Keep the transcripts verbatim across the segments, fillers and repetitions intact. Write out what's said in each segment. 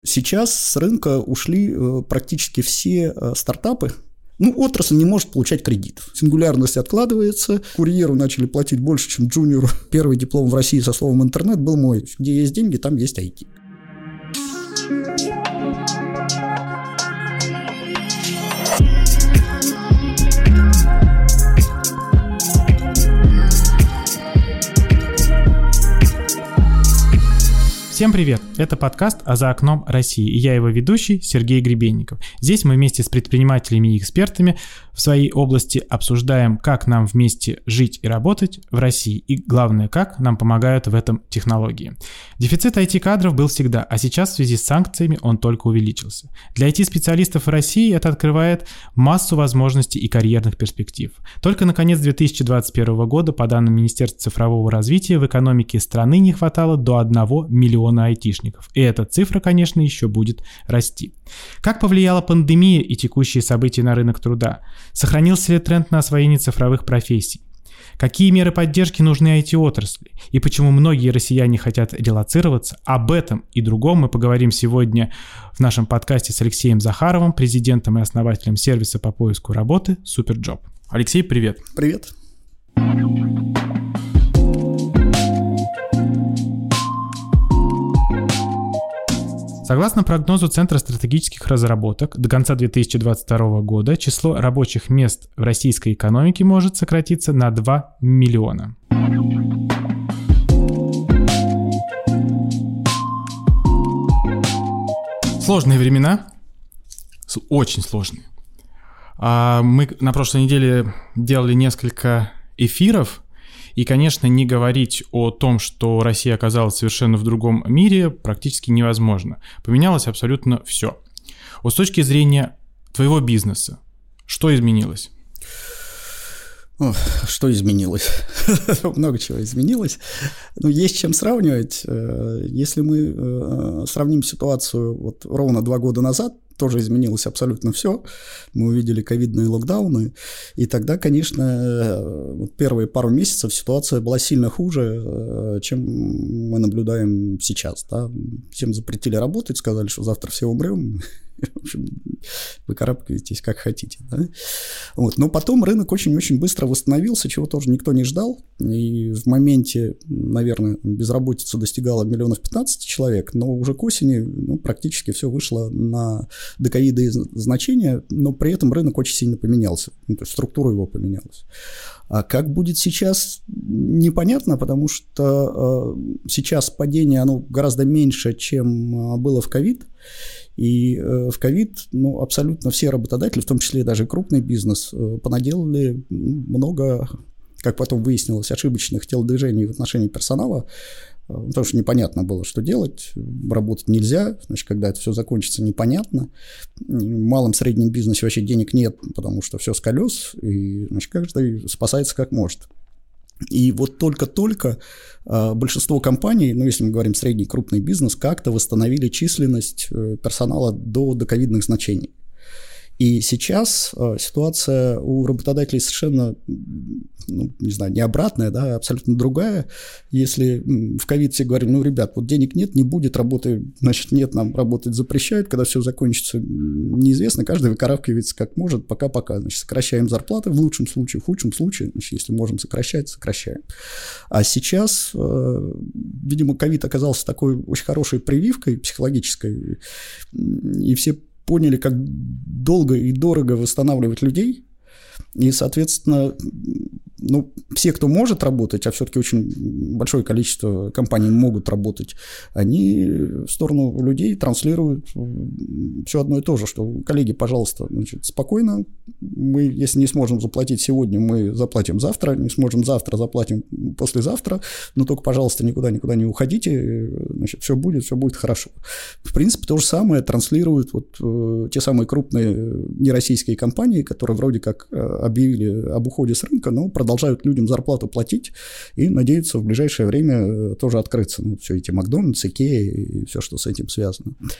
Сейчас с рынка ушли практически все стартапы. Ну, отрасль не может получать кредит. Сингулярность откладывается, курьеру начали платить больше, чем джуниору. Первый диплом в России со словом «интернет» был мой. Где есть деньги, там есть ай ти. Всем привет! Это подкаст «А за окном России», и я его ведущий Сергей Гребенников. Здесь мы вместе с предпринимателями и экспертами в своей области обсуждаем, как нам вместе жить и работать в России, и главное, как нам помогают в этом технологии. Дефицит ай ти-кадров был всегда, а сейчас в связи с санкциями он только увеличился. Для ай ти-специалистов в России это открывает массу возможностей и карьерных перспектив. Только на конец две тысячи двадцать первого года, по данным Министерства цифрового развития, в экономике страны не хватало до одного миллиона айтишников. И эта цифра, конечно, еще будет расти. Как повлияла пандемия и текущие события на рынок труда? Сохранился ли тренд на освоение цифровых профессий? Какие меры поддержки нужны ай ти-отрасли? И почему многие россияне хотят релоцироваться? Об этом и другом мы поговорим сегодня в нашем подкасте с Алексеем Захаровым, президентом и основателем сервиса по поиску работы Superjob. Алексей, привет. Привет. Согласно прогнозу Центра стратегических разработок, до конца две тысячи двадцать второго года число рабочих мест в российской экономике может сократиться на два миллиона. Сложные времена, очень сложные. Мы на прошлой неделе делали несколько эфиров. И, конечно, не говорить о том, что Россия оказалась совершенно в другом мире, практически невозможно. Поменялось абсолютно все. Вот с точки зрения твоего бизнеса, что изменилось? О, что изменилось? Много чего изменилось. Но есть чем сравнивать. Если мы сравним ситуацию вот ровно два года назад, тоже изменилось абсолютно все. Мы увидели ковидные локдауны, и тогда, конечно, вот первые пару месяцев ситуация была сильно хуже, чем мы наблюдаем сейчас. Да? Всем запретили работать, сказали, что завтра все умрем. В общем, вы карабкаетесь как хотите. Да? Вот. Но потом рынок очень-очень быстро восстановился, чего тоже никто не ждал. И в моменте, наверное, безработица достигала миллионов пятнадцати человек, но уже к осени ну, практически все вышло на доковидные значения, но при этом рынок очень сильно поменялся, ну, то есть структура его поменялась. А как будет сейчас, непонятно, потому что э, сейчас падение оно гораздо меньше, чем было в ковид. И э, в ковид ну, абсолютно все работодатели, в том числе даже крупный бизнес, э, понаделали много, как потом выяснилось, ошибочных телодвижений в отношении персонала, э, потому что непонятно было, что делать, работать нельзя, значит, когда это все закончится, непонятно. В малом среднем бизнесе вообще денег нет, потому что все с колес, и значит, каждый спасается как может. И вот только-только э, большинство компаний, ну, если мы говорим средний крупный бизнес, как-то восстановили численность э, персонала до доковидных значений. И сейчас э, ситуация у работодателей совершенно, ну, не знаю, не обратная, да, абсолютно другая. Если в ковид все говорим, ну, ребят, вот денег нет, не будет работы, значит, нет, нам работать запрещают, когда все закончится, неизвестно, каждый выкарабкивается как может, пока-пока. Значит, сокращаем зарплаты в лучшем случае, в худшем случае, значит, если можем сокращать, сокращаем. А сейчас, э, видимо, ковид оказался такой очень хорошей прививкой психологической, и все поняли, как долго и дорого восстанавливать людей, и, соответственно, ну, все, кто может работать, а все-таки очень большое количество компаний могут работать, они в сторону людей транслируют все одно и то же, что, коллеги, пожалуйста, значит, спокойно, мы, если не сможем заплатить сегодня, мы заплатим завтра, не сможем завтра, заплатим послезавтра, но только, пожалуйста, никуда-никуда не уходите, значит, все будет, все будет хорошо. В принципе, то же самое транслируют вот э, те самые крупные нероссийские компании, которые вроде как э, объявили об уходе с рынка, но продолжают продолжают людям зарплату платить и надеются в ближайшее время тоже открыться. Ну, все эти Макдональдс, Икеа и все, что с этим связано.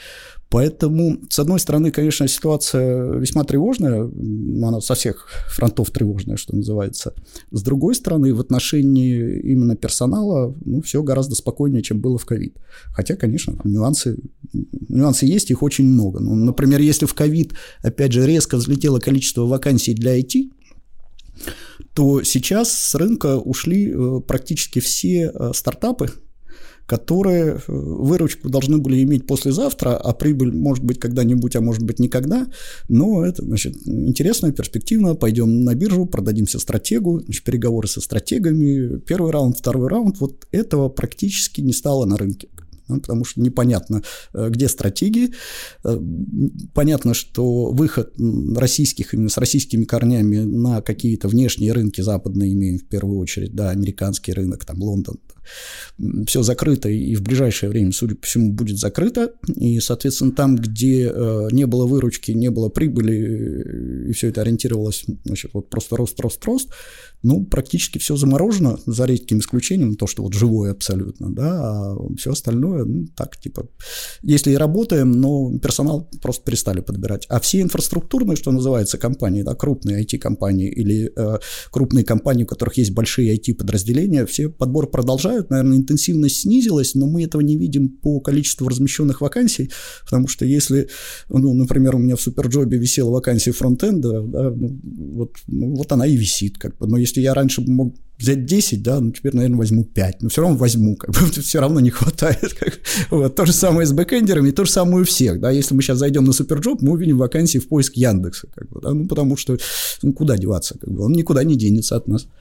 Поэтому, с одной стороны, конечно, ситуация весьма тревожная, она со всех фронтов тревожная, что называется. С другой стороны, в отношении именно персонала, ну, все гораздо спокойнее, чем было в ковид. Хотя, конечно, там нюансы, нюансы есть, их очень много. Ну, например, если в ковид, опять же, резко взлетело количество вакансий для ай ти, то сейчас с рынка ушли практически все стартапы, которые выручку должны были иметь послезавтра, а прибыль может быть когда-нибудь, а может быть никогда. Но это, значит, интересно, перспективно. Пойдем на биржу, продадимся стратегу, значит, переговоры со стратегами, первый раунд, второй раунд. Вот этого практически не стало на рынке. Потому что непонятно, где стратегии, понятно, что выход российских, именно с российскими корнями на какие-то внешние рынки, западные имеем в первую очередь, да, американский рынок, там Лондон, все закрыто и в ближайшее время, судя по всему, будет закрыто, и, соответственно, там, где не было выручки, не было прибыли, и все это ориентировалось, значит, вот просто рост, рост, рост, ну, практически все заморожено, за редким исключением, то, что вот живое абсолютно, да, а все остальное, ну, так, типа, если и работаем, но персонал просто перестали подбирать. А все инфраструктурные, что называется, компании, да, крупные ай ти-компании или э, крупные компании, у которых есть большие ай ти-подразделения, все подбор продолжают, наверное, интенсивность снизилась, но мы этого не видим по количеству размещенных вакансий, потому что если, ну, например, у меня в Суперджобе висела вакансия фронтенда, да, ну, вот, ну, вот она и висит, как бы, но если я раньше мог взять десять, да, ну, теперь, наверное, возьму пять, но все равно возьму, как бы, все равно не хватает. Как, вот. То же самое с бэкэндерами, и то же самое у всех, да, если мы сейчас зайдем на Суперджоп, мы увидим вакансии в поиск Яндекса, как бы, да, ну, потому что, ну, куда деваться, как бы, он никуда не денется от нас.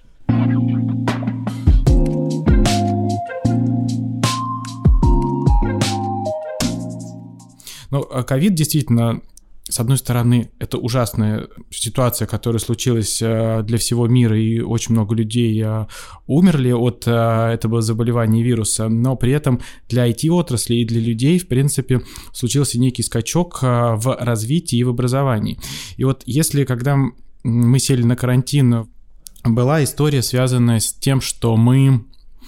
Ну, ковид действительно, с одной стороны, это ужасная ситуация, которая случилась для всего мира, и очень много людей умерли от этого заболевания вируса, но при этом для ай ти-отрасли и для людей, в принципе, случился некий скачок в развитии и в образовании. И вот если, когда мы сели на карантин, была история, связанная с тем, что мы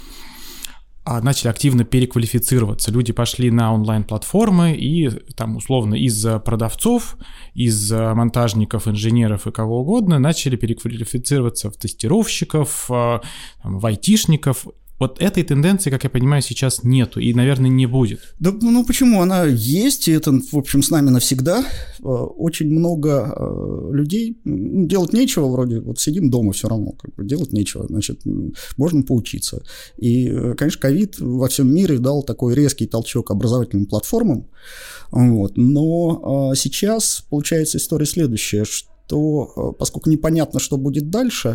начали активно переквалифицироваться. Люди пошли на онлайн-платформы и там условно из продавцов, из монтажников, инженеров и кого угодно начали переквалифицироваться в тестировщиков, в айтишников. Вот этой тенденции, как я понимаю, сейчас нету и, наверное, не будет. Да, ну почему? Она есть, и это, в общем, с нами навсегда. Очень много людей, делать нечего вроде, вот сидим дома все равно, как бы делать нечего, значит, можно поучиться. И, конечно, ковид во всем мире дал такой резкий толчок образовательным платформам, вот. Но сейчас получается история следующая, что поскольку непонятно, что будет дальше,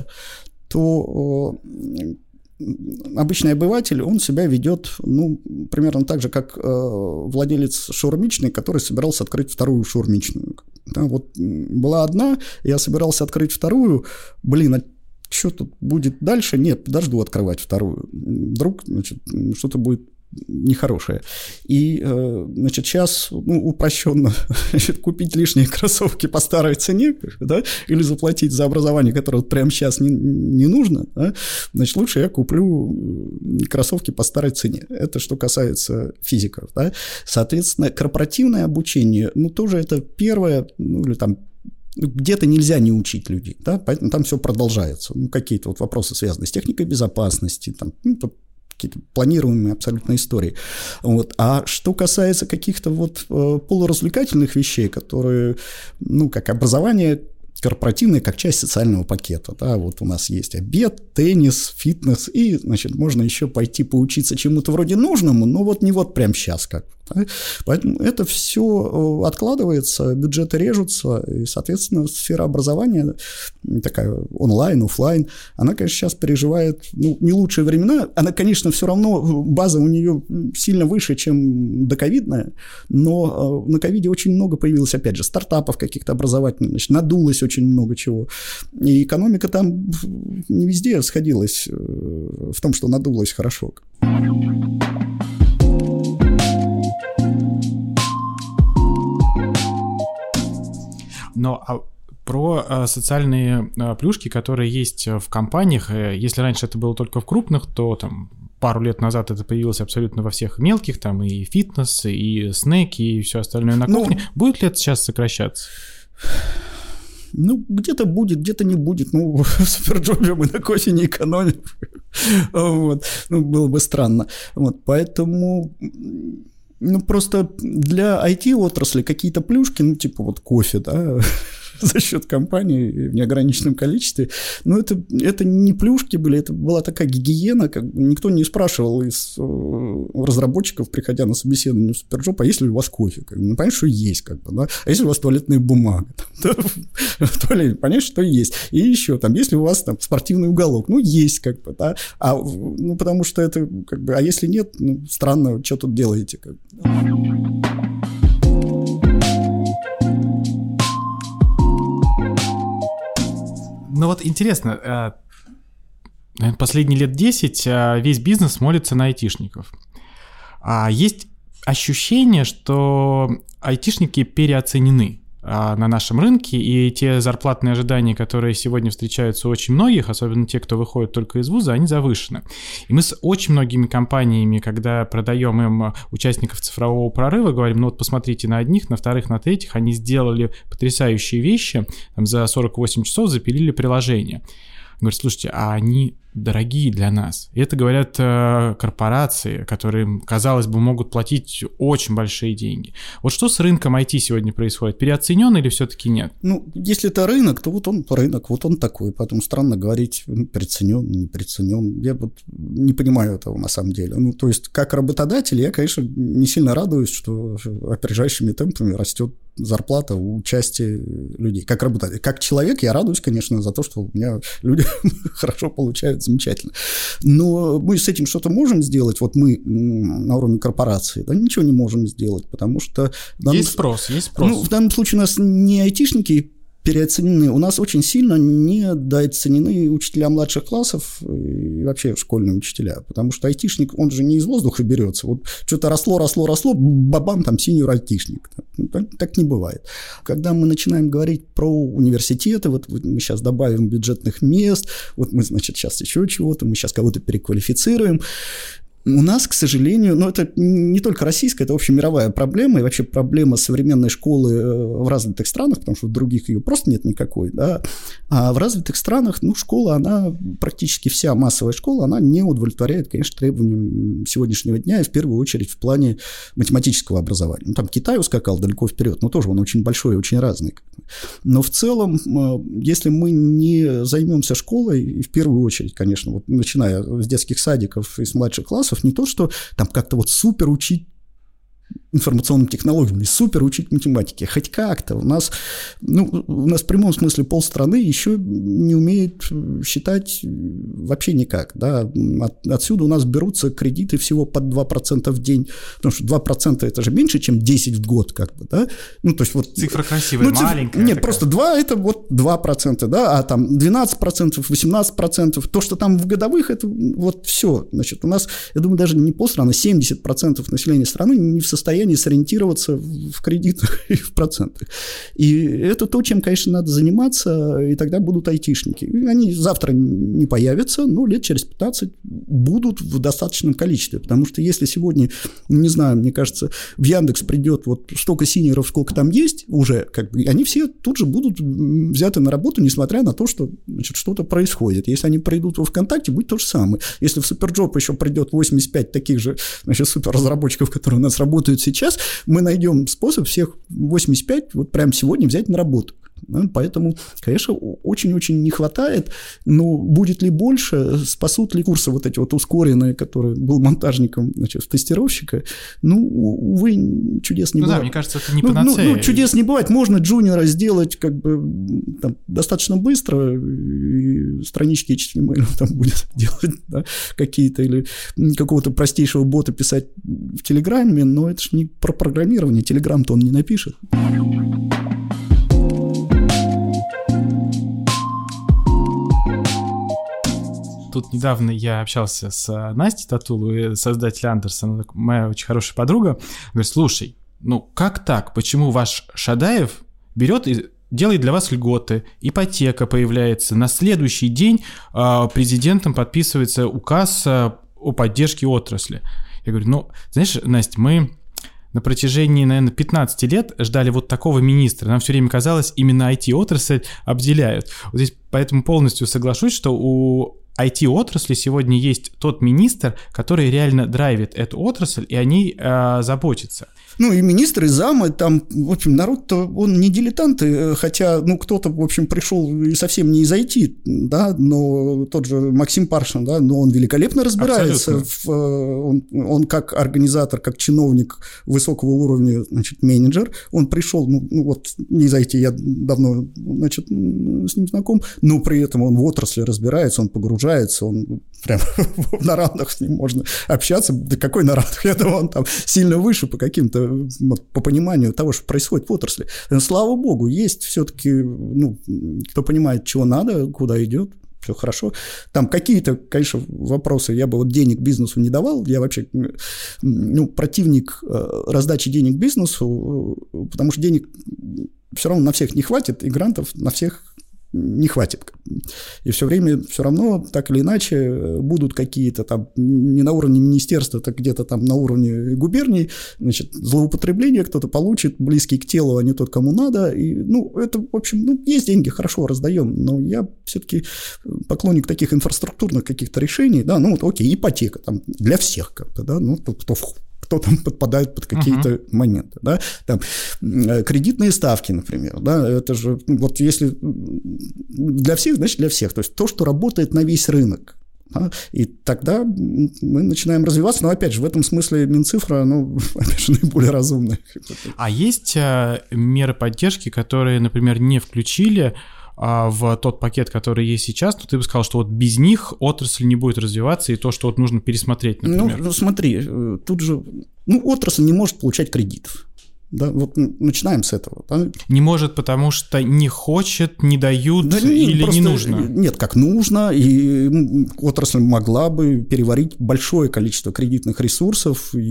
то обычный обыватель, он себя ведет, ну, примерно так же, как э, владелец шаурмичной, который собирался открыть вторую шаурмичную. Да, вот была одна, я собирался открыть вторую, блин, а что тут будет дальше? Нет, подожду открывать вторую. Вдруг, значит, что-то будет нехорошее. И, значит, сейчас, ну, упрощенно, значит, купить лишние кроссовки по старой цене, да, или заплатить за образование, которое вот прямо сейчас не, не нужно, да, значит, лучше я куплю кроссовки по старой цене. Это что касается физиков, да. Соответственно, корпоративное обучение, ну, тоже это первое, ну, или там где-то нельзя не учить людей, да, поэтому там все продолжается. Ну, какие-то вот вопросы, связанные с техникой безопасности, там, ну, какие-то планируемые абсолютно истории. Вот. А что касается каких-то вот полуразвлекательных вещей, которые, ну, как образование корпоративное, как часть социального пакета, да, вот у нас есть обед, теннис, фитнес, и, значит, можно еще пойти поучиться чему-то вроде нужному, но вот не вот прямо сейчас как. Да? Поэтому это все откладывается, бюджеты режутся, и, соответственно, сфера образования, такая онлайн, офлайн, она, конечно, сейчас переживает, ну, не лучшие времена, она, конечно, все равно, база у нее сильно выше, чем доковидная, но на ковиде очень много появилось, опять же, стартапов каких-то образовательных, значит, надулось очень много чего, и экономика там не везде сходилась в том, что надулась хорошо. Но а про а, социальные а, плюшки, которые есть в компаниях, если раньше это было только в крупных, то там пару лет назад это появилось абсолютно во всех мелких, там и фитнес, и снеки, и все остальное на кухне. Ну, будет ли это сейчас сокращаться? Ну, где-то будет, где-то не будет. Ну, в Суперджопе мы на кофе не экономим. Вот. Ну, было бы странно. Вот. Поэтому... Ну, просто для ай ти-отрасли какие-то плюшки, ну, типа вот кофе, да, за счет компании в неограниченном количестве, но это, это не плюшки были, это была такая гигиена, как никто не спрашивал из разработчиков, приходя на собеседование в Суперджоп, а есть ли у вас кофе? Как бы, ну, понятно, что есть, как бы, да, а есть ли у вас туалетная бумага? Там, да? В туалете, понятно, что есть. И еще, там, есть ли у вас там спортивный уголок? Ну, есть, как бы, да, а, ну, потому что это, как бы, а если нет, ну, странно, что тут делаете, как бы. Ну вот интересно, последние лет десять весь бизнес молится на айтишников. Есть ощущение, что айтишники переоценены на нашем рынке, и те зарплатные ожидания, которые сегодня встречаются у очень многих, особенно те, кто выходит только из вуза, они завышены. И мы с очень многими компаниями, когда продаем им участников цифрового прорыва, говорим, ну вот посмотрите на одних, на вторых, на третьих, они сделали потрясающие вещи, там, за сорок восемь часов запилили приложение. Говорят, слушайте, а они дорогие для нас. И это говорят э, корпорации, которые, казалось бы, могут платить очень большие деньги. Вот что с рынком ай ти сегодня происходит? Переоценен или все-таки нет? Ну, если это рынок, то вот он рынок, вот он такой. Поэтому странно говорить, ну, переоценен, не переоценен. Я вот не понимаю этого на самом деле. Ну, то есть, как работодатель, я, конечно, не сильно радуюсь, что опережающими темпами растет зарплата у части людей. Как работодатель. Как человек я радуюсь, конечно, за то, что у меня люди хорошо получают, замечательно. Но мы с этим что-то можем сделать, вот мы на уровне корпорации, да, ничего не можем сделать, потому что... Данном... Есть спрос, есть спрос. Ну, в данном случае у нас не айтишники переоценены, у нас очень сильно недооценены учителя младших классов и вообще школьные учителя, потому что айтишник, он же не из воздуха берется, вот что-то росло, росло, росло, бабам, там синьор айтишник, так, так не бывает. Когда мы начинаем говорить про университеты, вот мы сейчас добавим бюджетных мест, вот мы, значит, сейчас еще чего-то, мы сейчас кого-то переквалифицируем, у нас, к сожалению, ну, это не только российская, это общемировая проблема, и вообще проблема современной школы в развитых странах, потому что в других ее просто нет никакой, да, а в развитых странах, ну, школа, она, практически вся массовая школа, она не удовлетворяет, конечно, требованиям сегодняшнего дня, и в первую очередь в плане математического образования. Ну, там Китай ускакал далеко вперед, но тоже он очень большой и очень разный. Но в целом, если мы не займемся школой, и в первую очередь, конечно, вот начиная с детских садиков и с младших классов, не то, что там как-то вот супер учить информационным технологиям, не супер учить математике, хоть как-то. У нас, ну, у нас в прямом смысле полстраны еще не умеет считать вообще никак. Да? От, отсюда у нас берутся кредиты всего под два процента в день, потому что два процента это же меньше, чем десять в год, как бы, да? Ну, то есть вот... Цифра красивая, ну, цифра, маленькая. Нет, такая. Просто два это вот два процента, да, а там двенадцать процентов, восемнадцать процентов, то, что там в годовых, это вот все. Значит, у нас, я думаю, даже не полстраны, семьдесят процентов населения страны не в состоянии сориентироваться в кредитах и в процентах. И это то, чем, конечно, надо заниматься, и тогда будут айтишники. Они завтра не появятся, но лет через пятнадцать будут в достаточном количестве, потому что если сегодня, не знаю, мне кажется, в Яндекс придет вот столько синьоров, сколько там есть уже, как бы, они все тут же будут взяты на работу, несмотря на то, что, значит, что-то происходит. Если они придут во ВКонтакте, будет то же самое. Если в Суперджоп еще придет восемьдесят пять таких же, значит, суперразработчиков, которые у нас работают сейчас, мы найдем способ всех восемьдесят пять вот прямо сегодня взять на работу. Да, поэтому, конечно, очень-очень не хватает, но будет ли больше, спасут ли курсы вот эти вот ускоренные, которые был монтажником, значит, тестировщика, ну, увы, чудес не ну бывает. Да, мне кажется, это не ну, панацея. Ну, ну, чудес не бывает, можно джуниора сделать как бы там, достаточно быстро, и странички эйч ти эм эль там будет делать, да, какие-то, или какого-то простейшего бота писать в Телеграме, но это же не про программирование, Телеграм-то он не напишет. Тут недавно я общался с Настей Татуловой, создателем Андерсон, моя очень хорошая подруга. Говорит, слушай, ну как так? Почему ваш Шадаев берет и делает для вас льготы, ипотека появляется, на следующий день президентом подписывается указ о поддержке отрасли. Я говорю, ну, знаешь, Настя, мы на протяжении, наверное, пятнадцать лет ждали вот такого министра. Нам все время казалось, именно ай ти-отрасль обделяют. Вот здесь поэтому полностью соглашусь, что у ай ти-отрасли сегодня есть тот министр, который реально драйвит эту отрасль и о ней э, заботится. Ну, и министры, и замы, там, в общем, народ-то, он не дилетанты, хотя, ну, кто-то, в общем, пришел и совсем не из ай ти, да, но тот же Максим Паршин, да, но он великолепно разбирается, в, он, он как организатор, как чиновник высокого уровня, значит, менеджер, он пришел, ну, ну, вот, не из ай ти, я давно, значит, с ним знаком, но при этом он в отрасли разбирается, он погружается, он прям на равных с ним можно общаться, да какой на равных, я думаю, он там сильно выше по каким-то, по пониманию того, что происходит в отрасли. Слава богу, есть все-таки, ну, кто понимает, чего надо, куда идет, все хорошо. Там какие-то, конечно, вопросы, я бы вот денег бизнесу не давал, я вообще, ну, противник раздачи денег бизнесу, потому что денег все равно на всех не хватит, и грантов на всех не хватит. И все время все равно, так или иначе, будут какие-то там не на уровне министерства, так где-то там на уровне губерний, значит, злоупотребления, кто-то получит, близкий к телу, а не тот, кому надо. И, ну, это, в общем, ну, есть деньги, хорошо, раздаем, но я все-таки поклонник таких инфраструктурных каких-то решений, да, ну, вот, окей, ипотека там для всех как-то, да, ну, кто, кто кто там подпадает под какие-то uh-huh. моменты, да, там кредитные ставки, например, да, это же, вот если для всех, значит, для всех, то есть то, что работает на весь рынок, да, и тогда мы начинаем развиваться, но, опять же, в этом смысле Минцифра, ну, опять же, наиболее разумная. А есть а, меры поддержки, которые, например, не включили в тот пакет, который есть сейчас, то ты бы сказал, что вот без них отрасль не будет развиваться, и то, что вот нужно пересмотреть, например. Ну, смотри, тут же, ну, отрасль не может получать кредитов. Да, вот начинаем с этого. Да. Не может, потому что не хочет, не дают, да, или просто, не нужно? Нет, как нужно, и отрасль могла бы переварить большое количество кредитных ресурсов, и,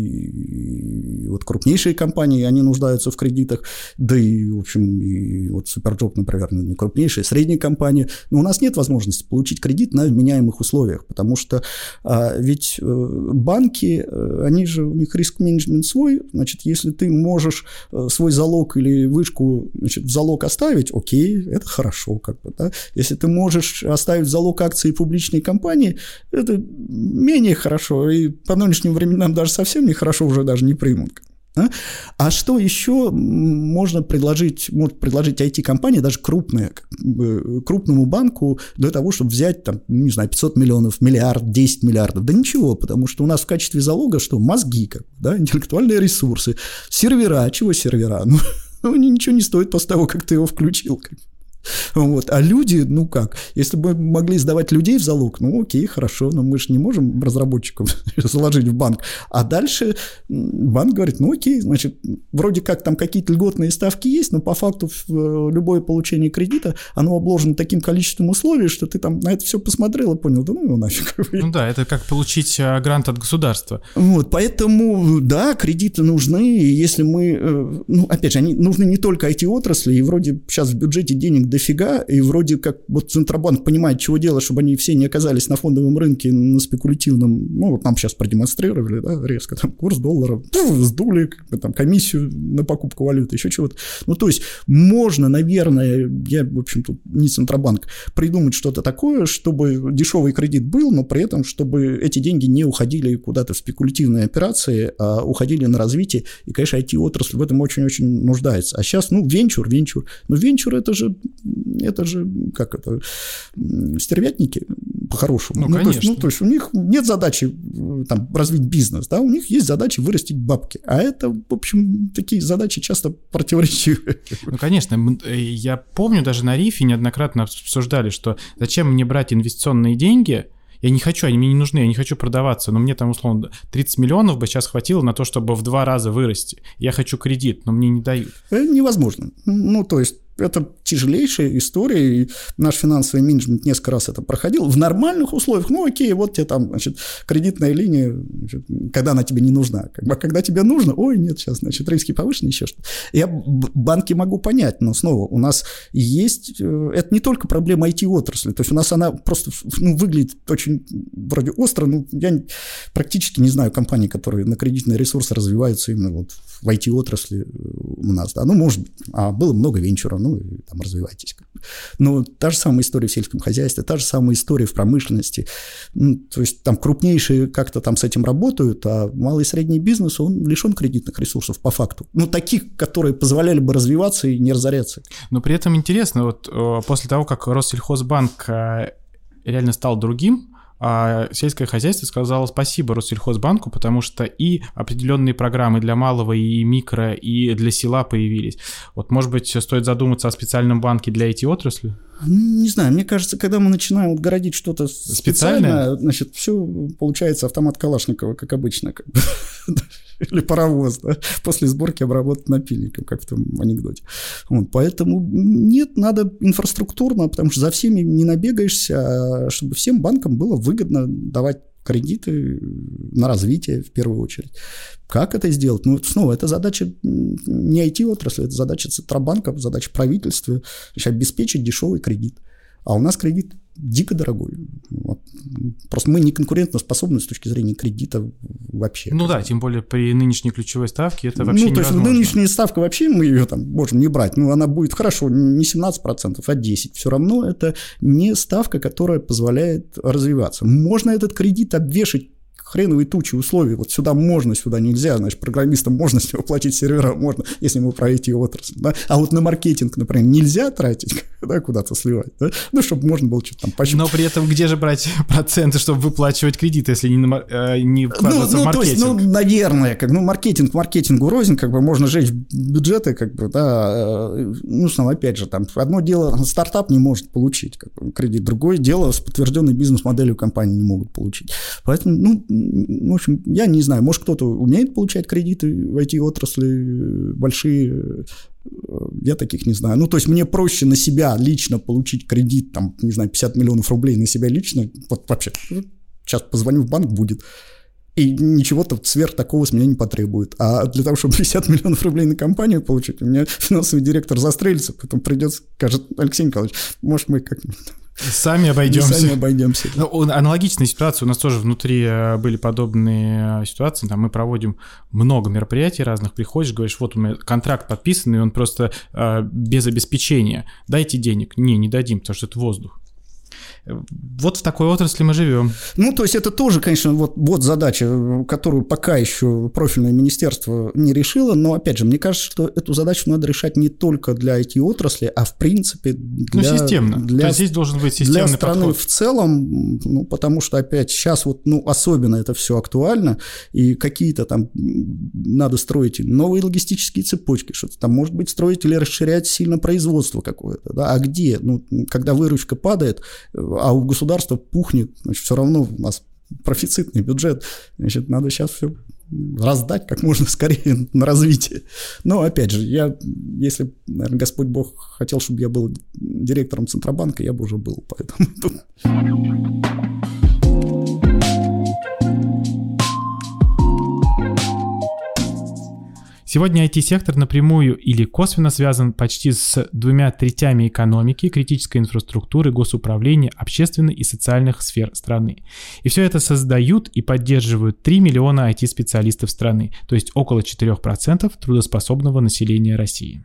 и вот крупнейшие компании, они нуждаются в кредитах, да и, в общем, и вот Суперджоп, например, не крупнейшая, средняя компания, но у нас нет возможности получить кредит на вменяемых условиях, потому что а, ведь банки, они же, у них риск-менеджмент свой, значит, если ты можешь свой залог или вышку, значит, в залог оставить, окей, это хорошо, как бы, да. Если ты можешь оставить в залог акции публичной компании, это менее хорошо, и по нынешним временам даже совсем нехорошо, уже даже не примут. А? а что еще можно предложить, может предложить ай ти-компания, даже крупная, крупному банку для того, чтобы взять, там, не знаю, пятьсот миллионов, миллиард, десять миллиардов? Да ничего, потому что у нас в качестве залога что? Мозги, как, да, интеллектуальные ресурсы, сервера. Чего сервера? Ну, они ничего не стоят после того, как ты его включил. Вот. А люди, ну как, если бы мы могли сдавать людей в залог, ну окей, хорошо, но мы же не можем разработчиков заложить в банк. А дальше банк говорит, ну окей, значит, вроде как там какие-то льготные ставки есть, но по факту любое получение кредита, оно обложено таким количеством условий, что ты там на это все посмотрел и понял, да ну его нафиг. Ну да, это как получить грант от государства. Вот, поэтому, да, кредиты нужны, и если мы, ну опять же, они нужны не только ай ти-отрасли, и вроде сейчас в бюджете денег дофига, и вроде как вот Центробанк понимает, чего делать, чтобы они все не оказались на фондовом рынке, на спекулятивном, ну, вот нам сейчас продемонстрировали, да, резко, там, курс доллара, сдули, как бы, там, комиссию на покупку валюты, еще чего-то. Ну, то есть, можно, наверное, я, в общем, тут не Центробанк, придумать что-то такое, чтобы дешевый кредит был, но при этом, чтобы эти деньги не уходили куда-то в спекулятивные операции, а уходили на развитие, и, конечно, ай ти-отрасль в этом очень-очень нуждается. А сейчас, ну, венчур, венчур, но венчур это же Это же, как это, стервятники, по-хорошему. Ну, ну, конечно. То есть, ну, то есть, у них нет задачи там, развить бизнес, да, у них есть задача вырастить бабки. А это, в общем, такие задачи часто противоречивые. Ну, конечно. Я помню, даже на РИФе неоднократно обсуждали, что зачем мне брать инвестиционные деньги. Я не хочу, они мне не нужны, я не хочу продаваться, но мне там, условно, тридцать миллионов бы сейчас хватило на то, чтобы в два раза вырасти. Я хочу кредит, но мне не дают. Это невозможно. Ну, то есть, это тяжелейшая история, и наш финансовый менеджмент несколько раз это проходил. В нормальных условиях, ну окей, вот тебе там, значит, кредитная линия, значит, когда она тебе не нужна. Как бы, а когда тебе нужно, ой, нет, сейчас, значит, риски повышены, еще что-то. Я банки могу понять, но снова у нас есть, это не только проблема ай ти-отрасли, то есть у нас она просто ну, выглядит очень вроде остро, ну, я практически не знаю компаний, которые на кредитные ресурсы развиваются именно вот в ай ти-отрасли у нас, да, ну, может быть, а было много венчура, ну, и там развивайтесь. Но та же самая история в сельском хозяйстве, та же самая история в промышленности, ну, то есть там крупнейшие как-то там с этим работают, а малый и средний бизнес, он лишен кредитных ресурсов по факту, ну, таких, которые позволяли бы развиваться и не разоряться. Но при этом интересно, вот после того, как Россельхозбанк реально стал другим, а сельское хозяйство сказало спасибо Россельхозбанку, потому что и определенные программы для малого и микро, и для села появились. Вот, может быть, стоит задуматься о специальном банке для ай ти-отрасли? Не знаю, мне кажется, когда мы начинаем вот городить что-то специальное, специальное, значит, все получается автомат Калашникова, как обычно, как бы. Или паровоз, да, после сборки обработан напильником, как в том анекдоте. Вот, поэтому нет, надо инфраструктурно, потому что за всеми не набегаешься, чтобы всем банкам было выгодно давать кредиты на развитие в первую очередь. Как это сделать? Ну, снова, это задача не ай ти-отрасли, это задача Центробанка, задача правительства, обеспечить дешевый кредит. А у нас кредит дико дорогой. Вот. Просто мы не конкурентоспособны с точки зрения кредита вообще. Ну да, тем более при нынешней ключевой ставке это вообще ну, невозможно. Ну, то есть нынешняя ставка вообще мы ее там можем не брать, но она будет хорошо, не семнадцать процентов, а десять процентов. Все равно это не ставка, которая позволяет развиваться. Можно этот кредит обвешать хреновой тучи условий, вот сюда можно, сюда нельзя, значит, программистам можно с него платить, серверам можно, если мы про ай ти-отрасль, да? А вот на маркетинг, например, нельзя тратить, да, куда-то сливать, да? Ну, чтобы можно было что-то там пощупать. Но при этом где же брать проценты, чтобы выплачивать кредиты, если не, на, э, не вкладываться ну, ну, в маркетинг? То есть, ну, наверное, как, ну, маркетинг маркетингу рознь, как бы можно жечь бюджеты, как бы, да, ну, снова, опять же, там, одно дело, стартап не может получить как бы, кредит, другое дело, с подтвержденной бизнес-моделью компании не могут получить. Поэтому, ну, в общем, я не знаю, может, кто-то умеет получать кредиты в ай ти-отрасли большие, я таких не знаю. Ну, то есть, мне проще на себя лично получить кредит, там, не знаю, пятьдесят миллионов рублей на себя лично, вот вообще, сейчас позвоню в банк, будет. И ничего-то сверх такого с меня не потребует. А для того, чтобы пятьдесят миллионов рублей на компанию получить, у меня финансовый директор застрелится, потом придется, скажет: Алексей Николаевич, может, мы как-нибудь... Сами обойдемся. Сами обойдемся. Ну, аналогичная ситуация. У нас тоже внутри были подобные ситуации. Там мы проводим много мероприятий разных. Приходишь, говоришь: вот у меня контракт подписанный, он просто э, без обеспечения. Дайте денег. Не, не дадим, потому что это воздух. Вот в такой отрасли мы живем. Ну, то есть, это тоже, конечно, вот, вот задача, которую пока еще профильное министерство не решило, но, опять же, мне кажется, что эту задачу надо решать не только для ай ти-отрасли, а, в принципе, для... Ну, системно. Для, то есть, здесь должен быть системный для страны подход. в целом, ну, потому что, опять, сейчас вот, ну, особенно это все актуально, и какие-то там надо строить новые логистические цепочки, что-то там, может быть, строить или расширять сильно производство какое-то, да, а где? Ну, когда выручка падает, а у государства пухнет, значит, все равно у нас профицитный бюджет, значит, надо сейчас все раздать как можно скорее на развитие. Но, опять же, я, если, наверное, Господь Бог хотел, чтобы я был директором Центробанка, я бы уже был, поэтому... Сегодня ай ти-сектор напрямую или косвенно связан почти с двумя третями экономики, критической инфраструктуры, госуправления, общественной и социальных сфер страны. И все это создают и поддерживают три миллиона ай ти-специалистов страны, то есть около четыре процента трудоспособного населения России.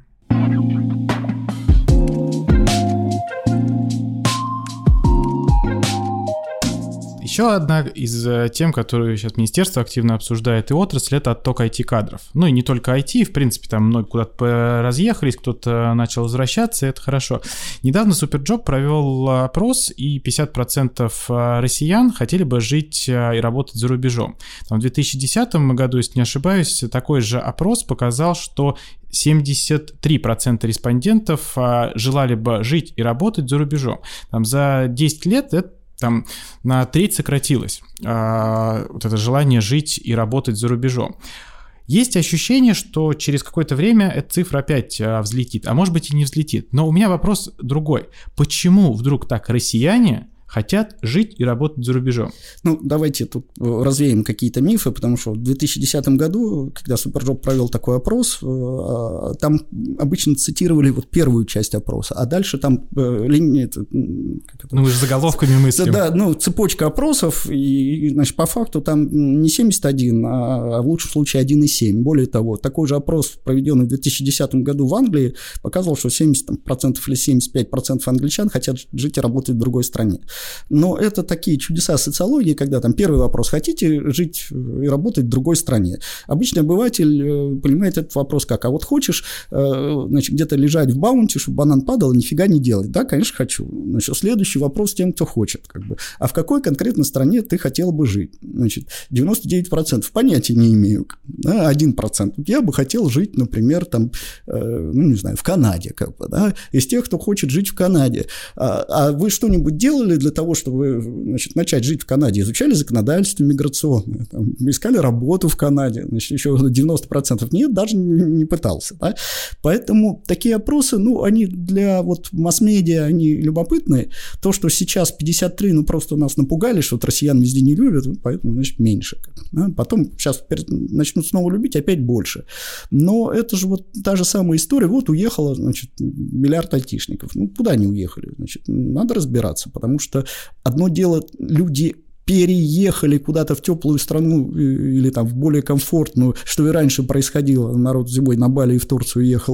Еще одна из тем, которую сейчас министерство активно обсуждает и отрасль, это отток ай ти-кадров. Ну и не только ай ти, в принципе, там многие куда-то разъехались, кто-то начал возвращаться, это хорошо. Недавно Суперджоп провел опрос, и пятьдесят процентов россиян хотели бы жить и работать за рубежом. Там в две тысячи десятом году, если не ошибаюсь, такой же опрос показал, что семьдесят три процента респондентов желали бы жить и работать за рубежом. Там за десять лет это там на треть сократилось а, вот это желание жить и работать за рубежом. Есть ощущение, что через какое-то время эта цифра опять а, взлетит, а может быть и не взлетит. Но у меня вопрос другой. Почему вдруг так россияне хотят жить и работать за рубежом? Ну, давайте тут развеем какие-то мифы, потому что в две тысячи десятом году, когда Суперджоп провел такой опрос, там обычно цитировали вот первую часть опроса, а дальше там линия... Ну, мы же заголовками мыслим. Да, ну, цепочка опросов, и, значит, по факту там не семьдесят один, а в лучшем случае один и семь. Более того, такой же опрос, проведенный в две тысячи десятом году в Англии, показывал, что семьдесят процентов или семьдесят пять процентов англичан хотят жить и работать в другой стране. Но это такие чудеса социологии, когда там первый вопрос: хотите жить и работать в другой стране? Обычный обыватель понимает этот вопрос как: а вот хочешь, значит, где-то лежать в баунти, чтобы банан падал, нифига не делать? Да, конечно, хочу. Значит, следующий вопрос тем, кто хочет. Как бы. А в какой конкретной стране ты хотел бы жить? Значит, девяносто девять процентов понятия не имею. Да, один процент. Я бы хотел жить, например, там, ну, не знаю, в Канаде. Как бы, да? Из тех, кто хочет жить в Канаде. А, а вы что-нибудь делали для того, чтобы, значит, начать жить в Канаде? Изучали законодательство миграционное, там, искали работу в Канаде, значит, еще девяносто процентов нет, даже не пытался. Да? Поэтому такие опросы, ну, они для вот масс-медиа, они любопытные. То, что сейчас пятьдесят три, ну, просто нас напугали, что вот россиян везде не любят, поэтому, значит, меньше. Да? Потом сейчас начнут снова любить, опять больше. Но это же вот та же самая история. Вот уехало, значит, миллиард айтишников. Ну, куда они уехали? Значит, надо разбираться, потому что одно дело, люди переехали куда-то в теплую страну или там в более комфортную, что и раньше происходило. Народ зимой на Бали и в Турцию ехал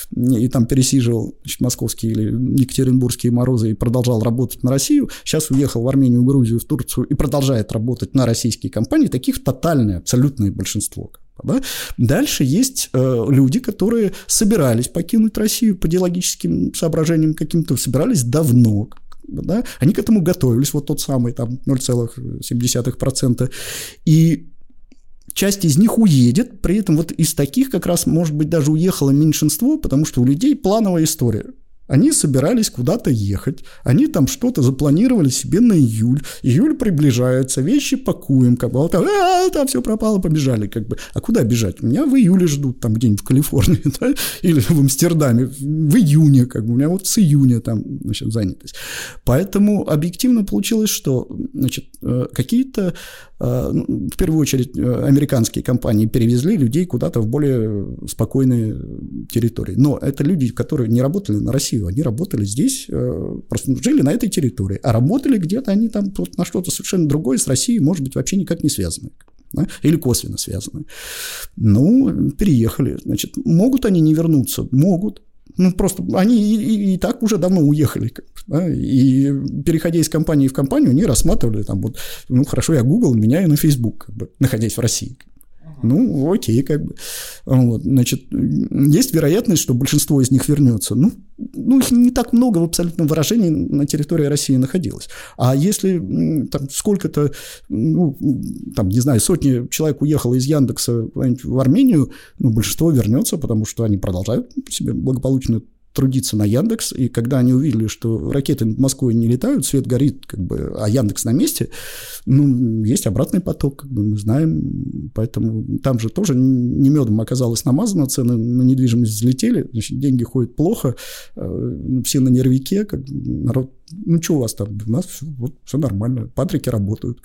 и там пересиживал, значит, московские или екатеринбургские морозы и продолжал работать на Россию. Сейчас уехал в Армению, в Грузию, в Турцию и продолжает работать на российские компании. Таких тотальное, абсолютное большинство. Да? Дальше есть э, люди, которые собирались покинуть Россию по идеологическим соображениям каким-то, собирались давно. Да? Они к этому готовились, вот тот самый там ноль целых семь десятых процента, и часть из них уедет, при этом вот из таких как раз, может быть, даже уехало меньшинство, потому что у людей плановая история. Они собирались куда-то ехать, они там что-то запланировали себе на июль, июль приближается, вещи пакуем, как бы, вот там, а, там все пропало, побежали, как бы. А куда бежать? Меня в июле ждут, там где-нибудь в Калифорнии, да? Или в Амстердаме, в июне, как бы, у меня вот с июня там, значит, занятость. Поэтому объективно получилось, что, значит, какие-то, в первую очередь, американские компании перевезли людей куда-то в более спокойные территории. Но это люди, которые не работали на Россию, они работали здесь, просто жили на этой территории, а работали где-то они там на что-то совершенно другое с Россией, может быть, вообще никак не связаны, да? Или косвенно связаны. Ну, переехали. Значит, могут они не вернуться? Могут. Ну, просто они и, и, и так уже давно уехали. Да? И переходя из компании в компанию, они рассматривали там вот, ну, хорошо, я Google меняю на Facebook, как бы, находясь в России. Ну, окей, как бы. Вот, значит, есть вероятность, что большинство из них вернется. Ну, ну, их не так много в абсолютном выражении на территории России находилось. А если там сколько-то, ну, там, не знаю, сотни человек уехало из Яндекса в Армению, ну, большинство вернется, потому что они продолжают себе благополучно трудиться на Яндекс, и когда они увидели, что ракеты над Москвой не летают, свет горит, как бы, а Яндекс на месте, ну, есть обратный поток, как бы, мы знаем, поэтому там же тоже не медом оказалось намазано, цены на недвижимость взлетели, значит, деньги ходят плохо, все на нервике, как народ, ну, что у вас там, у нас все, вот, все нормально, патрики работают.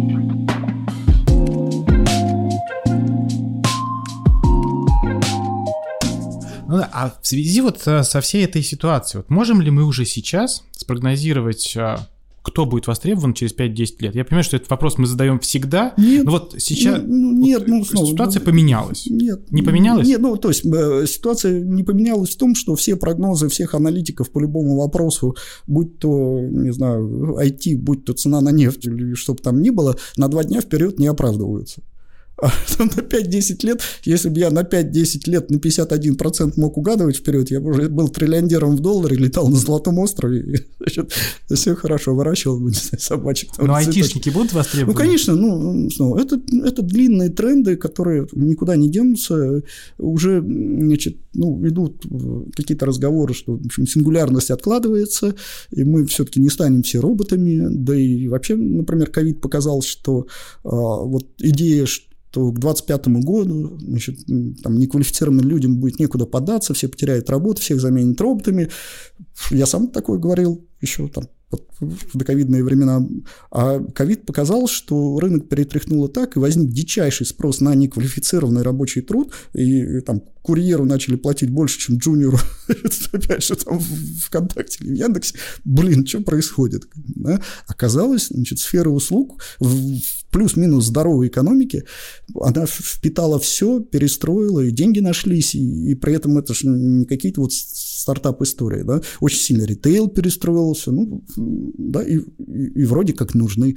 Ну да, а в связи вот со всей этой ситуацией, вот можем ли мы уже сейчас спрогнозировать, кто будет востребован через пять-десять лет? Я понимаю, что этот вопрос мы задаем всегда, нет, но вот сейчас ну, нет, ну, снова, ситуация ну, поменялась. Нет. Не поменялась? Нет, ну, то есть ситуация не поменялась в том, что все прогнозы всех аналитиков по любому вопросу, будь то, не знаю, ай ти, будь то цена на нефть или что бы там ни было, на два дня вперед не оправдываются. А на пять-десять лет, если бы я на пять-десять лет на пятьдесят один процент мог угадывать вперед, я бы уже был триллионером в долларе, летал на Золотом острове, и, значит, все хорошо, выращивал бы, не знаю, собачек. Но айтишники будут востребованы? Ну, конечно, ну, снова, это, это длинные тренды, которые никуда не денутся, уже, значит, ну, идут какие-то разговоры, что, в общем, сингулярность откладывается, и мы все-таки не станем все роботами, да и вообще, например, ковид показал, что а, вот идея, то к двадцать пятому году, значит, там, неквалифицированным людям будет некуда податься, все потеряют работу, всех заменят роботами. Я сам такое говорил еще там в доковидные времена. А ковид показал, что рынок перетряхнуло так, и возник дичайший спрос на неквалифицированный рабочий труд, и там курьеру начали платить больше, чем джуниору, опять же, там в ВКонтакте или в Яндексе. Блин, что происходит? Да? Оказалось, значит, сфера услуг в плюс-минус здоровой экономике, она впитала все, перестроила, и деньги нашлись, и, и при этом это же не какие-то вот стартап-истории, да? Очень сильно ритейл перестроился, ну, да, и, и, и вроде как нужны.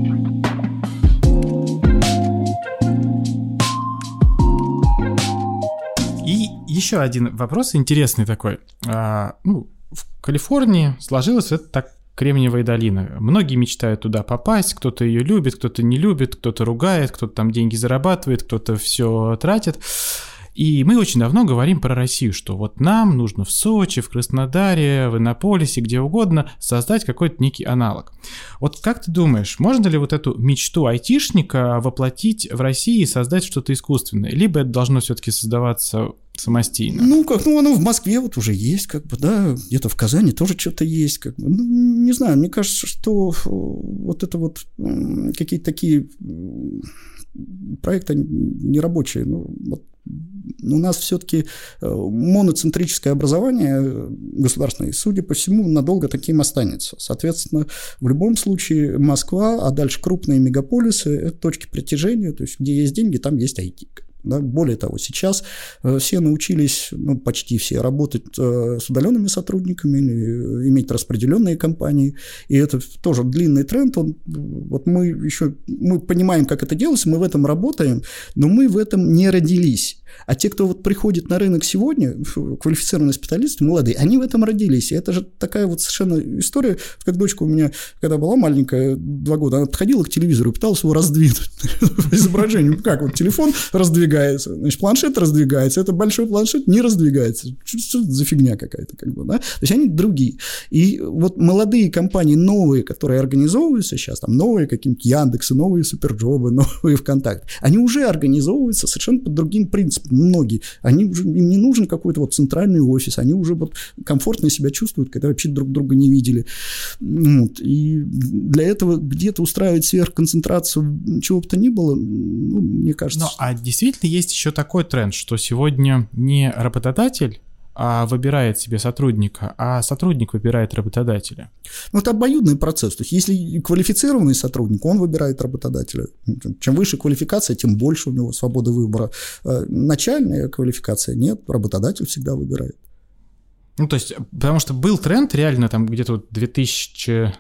И еще один вопрос интересный такой. А, ну, в Калифорнии сложилась это так Кремниевая долина. Многие мечтают туда попасть, кто-то ее любит, кто-то не любит, кто-то ругает, кто-то там деньги зарабатывает, кто-то все тратит. И мы очень давно говорим про Россию, что вот нам нужно в Сочи, в Краснодаре, в Иннополисе, где угодно создать какой-то некий аналог. Вот как ты думаешь, можно ли вот эту мечту айтишника воплотить в России и создать что-то искусственное? Либо это должно все-таки создаваться самостийно? Ну, как, ну, оно в Москве вот уже есть, как бы, да, где-то в Казани тоже что-то есть, как бы, ну, не знаю, мне кажется, что вот это вот какие-то такие проекты нерабочие, ну, вот у нас все-таки моноцентрическое образование государственное, судя по всему, надолго таким останется. Соответственно, в любом случае Москва, а дальше крупные мегаполисы – это точки притяжения, то есть где есть деньги, там есть ай ти. Да, более того, сейчас все научились, ну, почти все, работать с удаленными сотрудниками, или иметь распределенные компании, и это тоже длинный тренд. Он, вот мы еще мы понимаем, как это делается, мы в этом работаем, но мы в этом не родились. А те, кто вот приходит на рынок сегодня, квалифицированные специалисты, молодые, они в этом родились. И это же такая вот совершенно история, как дочка у меня, когда была маленькая, два года, она подходила к телевизору и пыталась его раздвинуть по изображению. Как вот телефон раздвигается, значит, планшет раздвигается, это большой планшет не раздвигается. Что это за фигня какая-то, как бы, да? То есть они другие. И вот молодые компании, новые, которые организовываются сейчас, там новые какие-нибудь Яндексы, новые Суперджобы, новые ВКонтакте, они уже организовываются совершенно под другим принципом. Многие, они уже, им не нужен какой-то вот центральный офис, они уже вот комфортно себя чувствуют, когда вообще друг друга не видели. Вот. И для этого где-то устраивать сверхконцентрацию чего бы то ни было, ну, мне кажется... Ну, а действительно есть еще такой тренд, что сегодня не работодатель а выбирает себе сотрудника, а сотрудник выбирает работодателя. Ну, это обоюдный процесс. То есть, если квалифицированный сотрудник, он выбирает работодателя. Чем выше квалификация, тем больше у него свободы выбора. Начальная квалификация нет, работодатель всегда выбирает. Ну, то есть, потому что был тренд реально там где-то вот две тысячи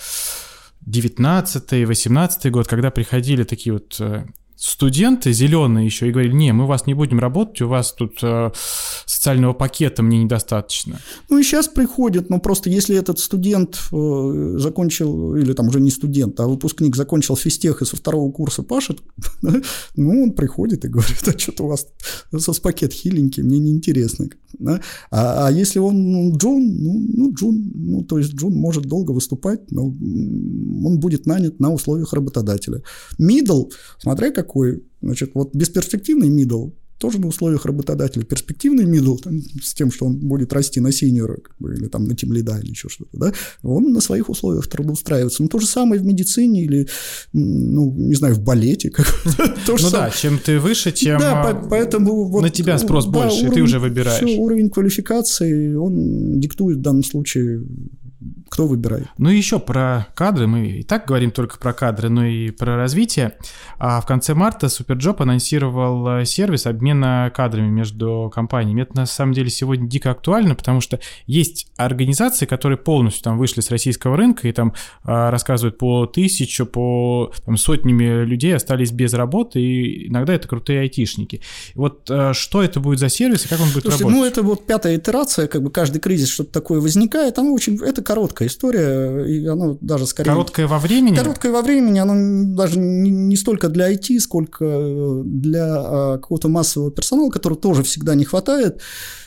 девятнадцатый-восемнадцатый год, когда приходили такие вот... студенты зеленые еще и говорили: не, мы у вас не будем работать, у вас тут э, социального пакета мне недостаточно. Ну и сейчас приходят, но просто если этот студент э, закончил, или там уже не студент, а выпускник закончил физтех и со второго курса пашет, ну он приходит и говорит: а что-то у вас соцпакет хиленький, мне неинтересно. Да? А, а если он джун, ну, ну джун, ну то есть джун может долго выступать, но он будет нанят на условиях работодателя. Middle, смотря какой, значит, вот бесперспективный middle тоже на условиях работодателя. Перспективный middle, там, с тем, что он будет расти на синьора, как бы, или там на тимлида, или еще что-то, да, он на своих условиях трудоустраивается. Ну, то же самое в медицине или, ну, не знаю, в балете. Ну да, чем ты выше, тем на тебя спрос больше, и ты уже выбираешь. Уровень квалификации, он диктует в данном случае, кто выбирает. Ну и еще про кадры. Мы и так говорим только про кадры, но и про развитие. А в конце марта Суперджоп анонсировал сервис обмена кадрами между компаниями. Это на самом деле сегодня дико актуально, потому что есть организации, которые полностью там вышли с российского рынка и там а, рассказывают по тысячу, по там, сотнями людей остались без работы, и иногда это крутые айтишники. Вот а, что это будет за сервис и как он будет Слушайте, работать? Ну это вот пятая итерация, как бы каждый кризис что-то такое возникает, оно очень, это короткая история, и оно даже скорее... Короткая во времени? Короткая во времени, оно даже не, не столько для ай ти, сколько для а, какого-то массового персонала, которого тоже всегда не хватает,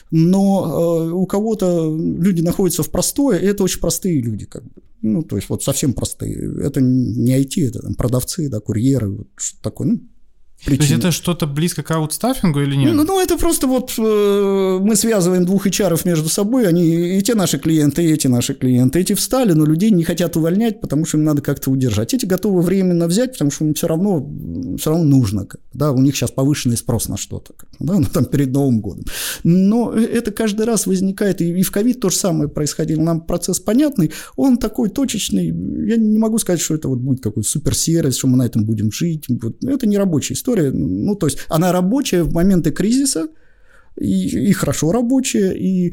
но э, у кого-то люди находятся в простое, и это очень простые люди, как бы. Ну, то есть вот совсем простые. Это не ай ти, это там продавцы, да, курьеры, вот что-то такое, ну, причины. То есть это что-то близко к аутстаффингу или нет? Ну, ну это просто вот э, мы связываем двух эйч ар-ов между собой, они и те наши клиенты, и эти наши клиенты. Эти встали, но людей не хотят увольнять, потому что им надо как-то удержать. Эти готовы временно взять, потому что им все равно, все равно нужно. Да, у них сейчас повышенный спрос на что-то, да, ну, там перед Новым годом. Но это каждый раз возникает, и в ковид то же самое происходило. Нам процесс понятный, он такой точечный. Я не могу сказать, что это вот будет какой-то суперсервис, что мы на этом будем жить. Это не рабочая история. Ну, то есть она рабочая в моменты кризиса, и, и хорошо рабочая, и,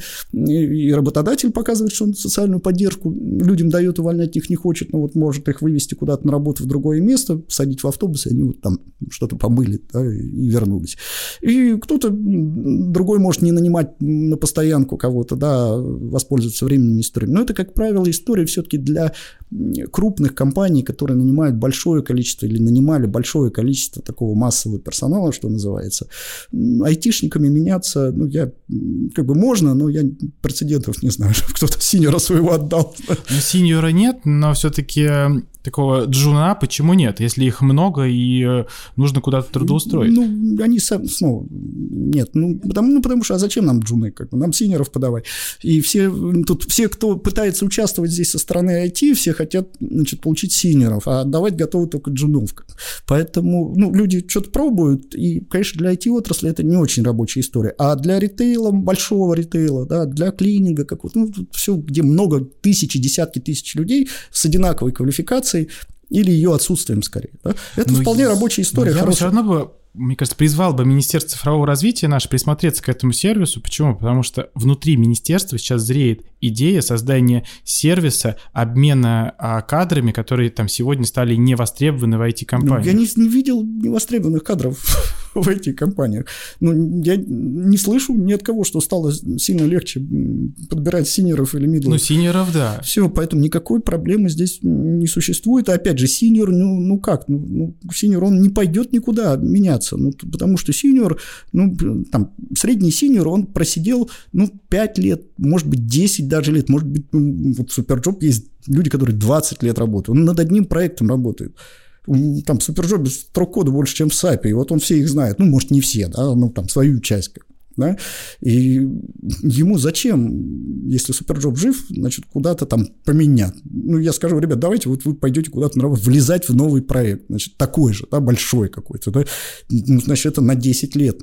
и работодатель показывает, что он социальную поддержку людям дает, увольнять их не хочет, но вот может их вывести куда-то на работу в другое место, посадить в автобус, и они вот там что-то помыли, да, и вернулись. И кто-то другой может не нанимать на постоянку кого-то, да, воспользоваться временными историями. Но это, как правило, история все-таки для крупных компаний, которые нанимают большое количество или нанимали большое количество такого массового персонала, что называется. Айтишниками меняться, ну, я, как бы можно, но я прецедентов не знаю, что кто-то синьора своего отдал. Ну, синьора нет, но все-таки такого джуна почему нет, если их много и нужно куда-то трудоустроить? Ну, они сам, снова, нет, ну потому, ну, потому что, а зачем нам джуны, как бы, нам синьоров подавай. И все, тут все, кто пытается участвовать здесь со стороны ай ти, все хотят, значит, получить синьоров, а отдавать готовы только джунов. Поэтому, ну, люди что-то пробуют, и, конечно, для ай ти-отрасли это не очень рабочая история. А для ритейла, большого ритейла, да, для клининга какого-то, ну, все, где много тысячи, десятки тысяч людей с одинаковой квалификацией, или ее отсутствием, скорее. Да? Это но вполне рабочая история. Я бы все равно бы, мне кажется, призвал бы Министерство цифрового развития наше присмотреться к этому сервису. Почему? Потому что внутри министерства сейчас зреет идея создания сервиса обмена а, кадрами, которые там сегодня стали невостребованы в ай ти-компаниях. Ну, я не, не видел невостребованных кадров в ай ти-компаниях. Ну, я не слышу ни от кого, что стало сильно легче подбирать синьоров или мидлов. Ну, синьоров, да. Все, поэтому никакой проблемы здесь не существует. А опять же, синьор, ну, ну как? Ну, ну, синьор, он не пойдет никуда меняться. Ну, потому что синьор, ну, там, средний синьор, он просидел, ну, пять лет, может быть, десять даже лет, может быть, ну, вот в Superjob есть люди, которые двадцать лет работают. Он над одним проектом работает. Там в Superjob строк кода больше, чем в сапе, и вот он все их знает. Ну, может, не все, да, ну, там, свою часть. Да? И ему зачем, если Superjob жив, значит, куда-то там поменять? Ну, я скажу, ребят, давайте вот вы пойдете куда-то на работу, влезать в новый проект, значит, такой же, да, большой какой-то, да? Ну, значит, это на десять лет,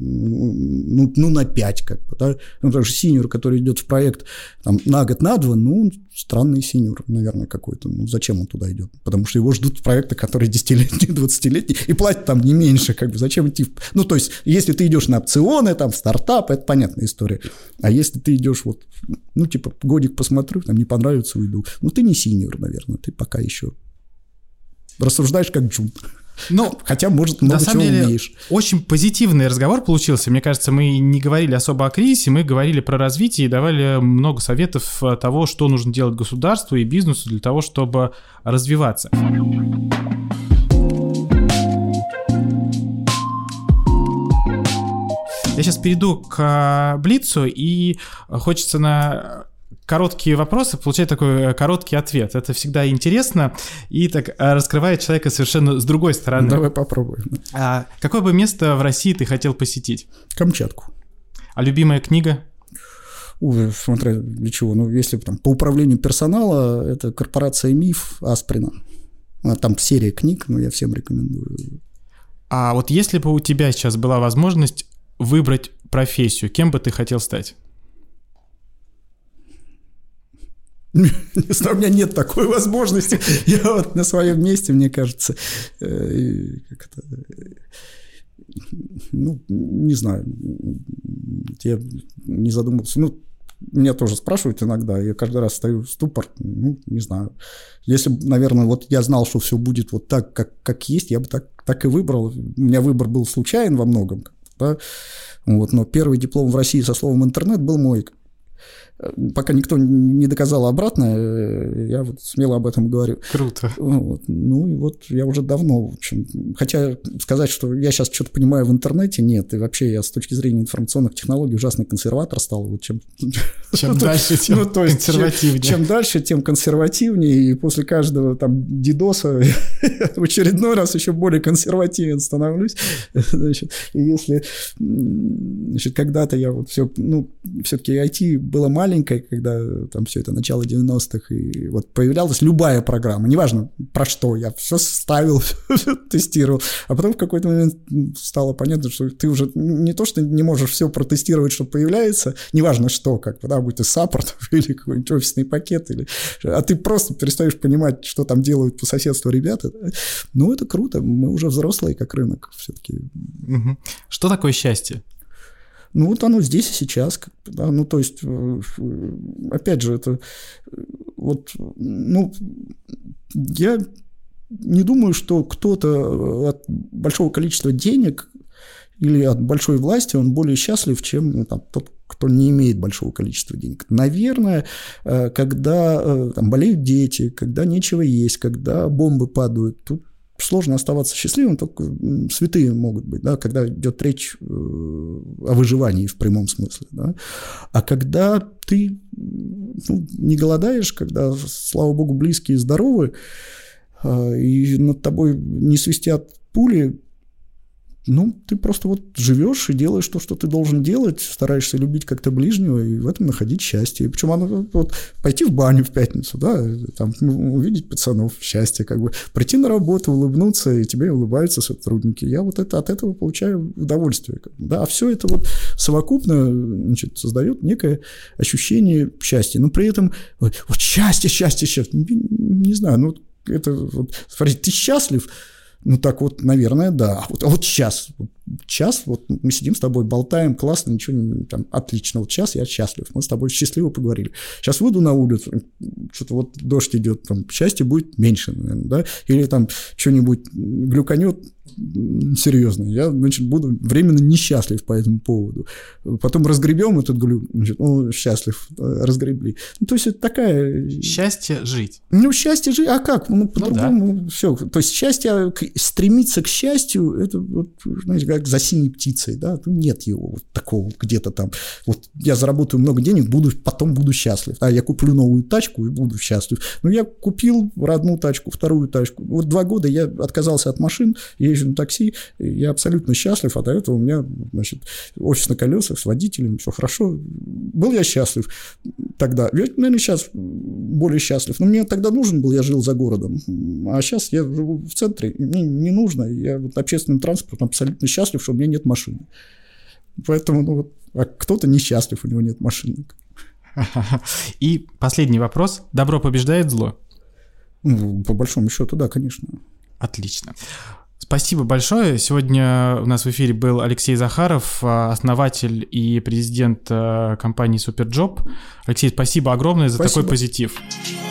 ну, ну на пять, как бы, да, ну, потому что синьор, который идет в проект там, на год, на два, ну, странный синьор, наверное, какой-то, ну, зачем он туда идет? Потому что его ждут проекты, которые десятилетние, двадцатилетние, и платят там не меньше, как бы, зачем идти? Ну, то есть, если ты идешь на опционы, там, в стартап, это понятная история. А если ты идешь вот, ну, типа, годик посмотрю, там не понравится, уйду. Ну, ты не синьор, наверное, ты пока еще рассуждаешь как джун. Ну, хотя, может, много на чего самом деле, умеешь. Очень позитивный разговор получился. Мне кажется, мы не говорили особо о кризисе, мы говорили про развитие и давали много советов того, что нужно делать государству и бизнесу для того, чтобы развиваться. Я сейчас перейду к Блицу, и хочется на короткие вопросы получать такой короткий ответ. Это всегда интересно и так раскрывает человека совершенно с другой стороны. Давай попробуем. А какое бы место в России ты хотел посетить? Камчатку. А любимая книга? Ой, смотря для чего. Ну, если там по управлению персонала, это корпорация МИФ Асприна. Там серия книг, но я всем рекомендую. А вот если бы у тебя сейчас была возможность выбрать профессию, кем бы ты хотел стать? Не знаю, у меня нет такой возможности. Я вот на своем месте, мне кажется, э, как это, ну, не знаю, я не задумывался. Ну, меня тоже спрашивают иногда, я каждый раз стою в ступор, ну, не знаю. Если бы, наверное, вот я знал, что все будет вот так, как, как есть, я бы так, так и выбрал. У меня выбор был случайен во многом, да? Вот, но первый диплом в России со словом «интернет» был мой. пока никто не доказал обратное, я вот смело об этом говорю. Круто. Вот. Ну и вот я уже давно, в общем, хотя сказать, что я сейчас что-то понимаю в интернете, нет, и вообще я с точки зрения информационных технологий ужасный консерватор стал. Вот чем чем дальше, тем ну, то есть, консервативнее. Чем, чем дальше, тем консервативнее, и после каждого там дидоса в очередной раз еще более консервативен становлюсь. Значит, и если значит, когда-то я вот все, ну, все-таки ай ти было маленькое, когда там все это начало девяностых, и вот появлялась любая программа, неважно про что, я все ставил, тестировал, а потом в какой-то момент стало понятно, что ты уже не то, что не можешь все протестировать, что появляется, неважно что, как бы, да, будь то саппорт или какой-нибудь офисный пакет, или, а ты просто перестаешь понимать, что там делают по соседству ребята. Ну, это круто, мы уже взрослые, как рынок все-таки. Угу. Что такое счастье? Ну, вот оно здесь и сейчас. Да? Ну, то есть, опять же, это вот, ну, я не думаю, что кто-то от большого количества денег или от большой власти он более счастлив, чем ну, там, тот, кто не имеет большого количества денег. Наверное, когда там, болеют дети, когда нечего есть, когда бомбы падают, тут сложно оставаться счастливым, только святые могут быть, да, когда идет речь о выживании в прямом смысле. Да. А когда ты ну, не голодаешь, когда, слава богу, близкие здоровы, и над тобой не свистят пули, ну, ты просто вот живешь и делаешь то, что ты должен делать, стараешься любить как-то ближнего и в этом находить счастье. Причем оно вот пойти в баню в пятницу, да, там, увидеть пацанов, счастье, как бы прийти на работу, улыбнуться, и тебе улыбаются сотрудники. Я вот это, от этого получаю удовольствие. Да, а все это вот совокупно, значит, создает некое ощущение счастья. Но при этом вот счастье, счастье, счастье. Не, не знаю, ну, это вот, смотрите, ты счастлив? Ну, так вот, наверное, да. А вот, а вот сейчас, вот, сейчас вот мы сидим с тобой, болтаем, классно, ничего не там, отлично. Вот сейчас я счастлив, мы с тобой счастливо поговорили. Сейчас выйду на улицу, что-то вот дождь идет, там, счастья будет меньше, наверное, да, или там что-нибудь глюканет серьезно, я, значит, буду временно несчастлив по этому поводу. Потом разгребем этот глюк, значит, ну, счастлив, разгребли. Ну, то есть, это такая... Счастье жить. Ну, счастье жить, а как? Ну, по-другому, ну, да. Все. То есть, счастье, стремиться к счастью, это, вот, знаете, как за синей птицей, да, нет его вот такого где-то там. Вот я заработаю много денег, буду, потом буду счастлив. А я куплю новую тачку и буду счастлив. Ну, я купил одну тачку, вторую тачку. Вот два года я отказался от машин, езжу на такси, я абсолютно счастлив, а до этого у меня, значит, офис на колесах с водителем, все хорошо. Был я счастлив тогда. Я, наверное, сейчас более счастлив. Но мне тогда нужен был, я жил за городом. А сейчас я живу в центре, мне не нужно. Я вот общественным транспортом абсолютно счастлив, что у меня нет машины. Поэтому, ну, вот, а кто-то несчастлив, у него нет машины. И последний вопрос. Добро побеждает зло? Ну, по большому счету, да, конечно. Отлично. Спасибо большое. Сегодня у нас в эфире был Алексей Захаров, основатель и президент компании Superjob. Алексей, спасибо огромное за спасибо. Такой позитив.